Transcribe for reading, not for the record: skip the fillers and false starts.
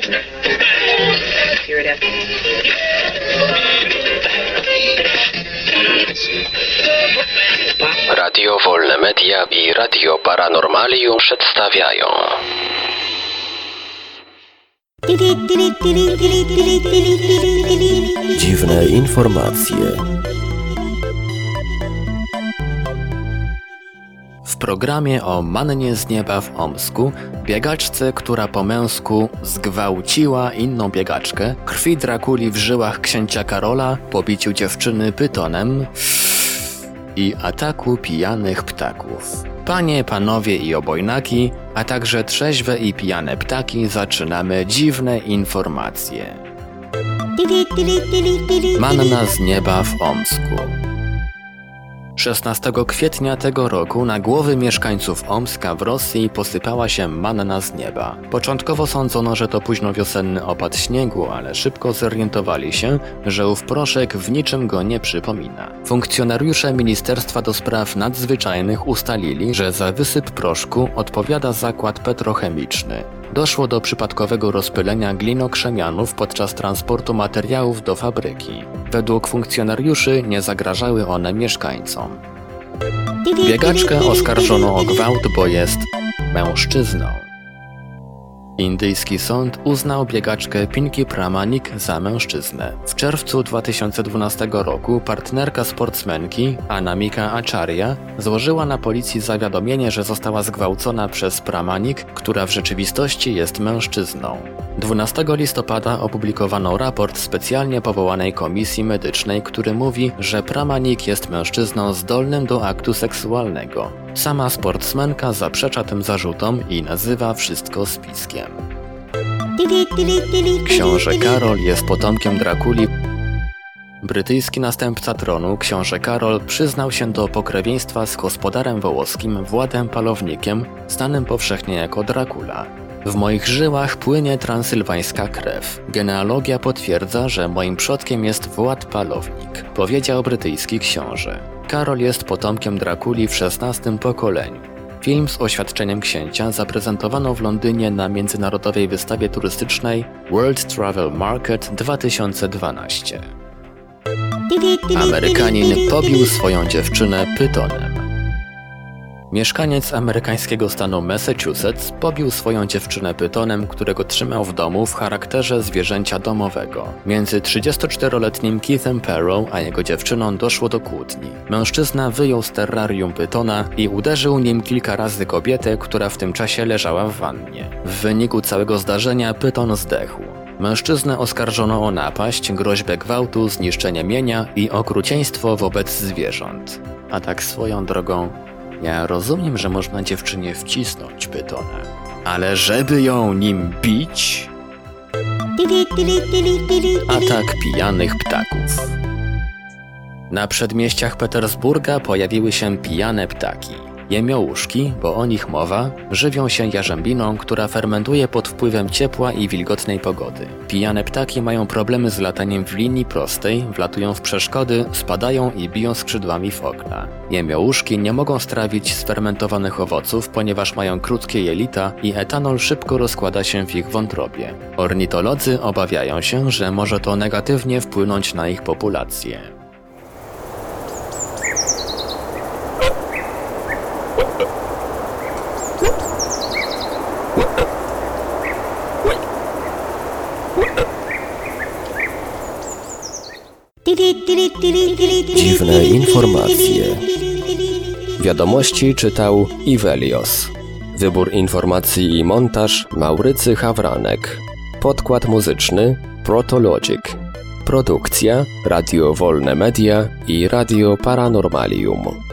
Radio Wolne Media i Radio Paranormalium przedstawiają dziwne informacje. W programie o mannie z nieba w Omsku, biegaczce, która po męsku zgwałciła inną biegaczkę, krwi Drakuli w żyłach księcia Karola, pobiciu dziewczyny pytonem i ataku pijanych ptaków. Panie, panowie i obojnaki, a także trzeźwe i pijane ptaki, zaczynamy dziwne informacje. Manna z nieba w Omsku. 16 kwietnia tego roku na głowy mieszkańców Omska w Rosji posypała się manna z nieba. Początkowo sądzono, że to późnowiosenny opad śniegu, ale szybko zorientowali się, że ów proszek w niczym go nie przypomina. Funkcjonariusze Ministerstwa do Spraw Nadzwyczajnych ustalili, że za wysyp proszku odpowiada zakład petrochemiczny. Doszło do przypadkowego rozpylenia glinokrzemianów podczas transportu materiałów do fabryki. Według funkcjonariuszy nie zagrażały one mieszkańcom. Biegaczkę oskarżono o gwałt, bo jest mężczyzną. Indyjski sąd uznał biegaczkę Pinky Pramanik za mężczyznę. W czerwcu 2012 roku partnerka sportsmenki, Anamika Acharya, złożyła na policji zawiadomienie, że została zgwałcona przez Pramanik, która w rzeczywistości jest mężczyzną. 12 listopada opublikowano raport specjalnie powołanej komisji medycznej, który mówi, że Pramanik jest mężczyzną zdolnym do aktu seksualnego. Sama sportsmenka zaprzecza tym zarzutom i nazywa wszystko spiskiem. Książę Karol jest potomkiem Drakuli. Brytyjski następca tronu, książę Karol, przyznał się do pokrewieństwa z gospodarem wołoskim Władem Palownikiem, znanym powszechnie jako Dracula. W moich żyłach płynie transylwańska krew. Genealogia potwierdza, że moim przodkiem jest Wład Palownik, powiedział brytyjski książę. Karol jest potomkiem Drakuli w XVI pokoleniu. Film z oświadczeniem księcia zaprezentowano w Londynie na międzynarodowej wystawie turystycznej World Travel Market 2012. Amerykanin pobił swoją dziewczynę pytonem. Mieszkaniec amerykańskiego stanu Massachusetts pobił swoją dziewczynę pytonem, którego trzymał w domu w charakterze zwierzęcia domowego. Między 34-letnim Keithem Perrow a jego dziewczyną doszło do kłótni. Mężczyzna wyjął z terrarium pytona i uderzył nim kilka razy kobietę, która w tym czasie leżała w wannie. W wyniku całego zdarzenia pyton zdechł. Mężczyznę oskarżono o napaść, groźbę gwałtu, zniszczenie mienia i okrucieństwo wobec zwierząt. A tak swoją drogą, ja rozumiem, że można dziewczynie wcisnąć pytona, ale żeby ją nim bić? Atak pijanych ptaków. Na przedmieściach Petersburga pojawiły się pijane ptaki. Jemiołuszki, bo o nich mowa, żywią się jarzębiną, która fermentuje pod wpływem ciepła i wilgotnej pogody. Pijane ptaki mają problemy z lataniem w linii prostej, wlatują w przeszkody, spadają i biją skrzydłami w okna. Jemiołuszki nie mogą strawić sfermentowanych owoców, ponieważ mają krótkie jelita i etanol szybko rozkłada się w ich wątrobie. Ornitolodzy obawiają się, że może to negatywnie wpłynąć na ich populację. dziwne informacje. Wiadomości czytał Ivelios. Wybór informacji i montaż Maurycy Hawranek. Podkład muzyczny Protologic. Produkcja Radio Wolne Media i Radio Paranormalium.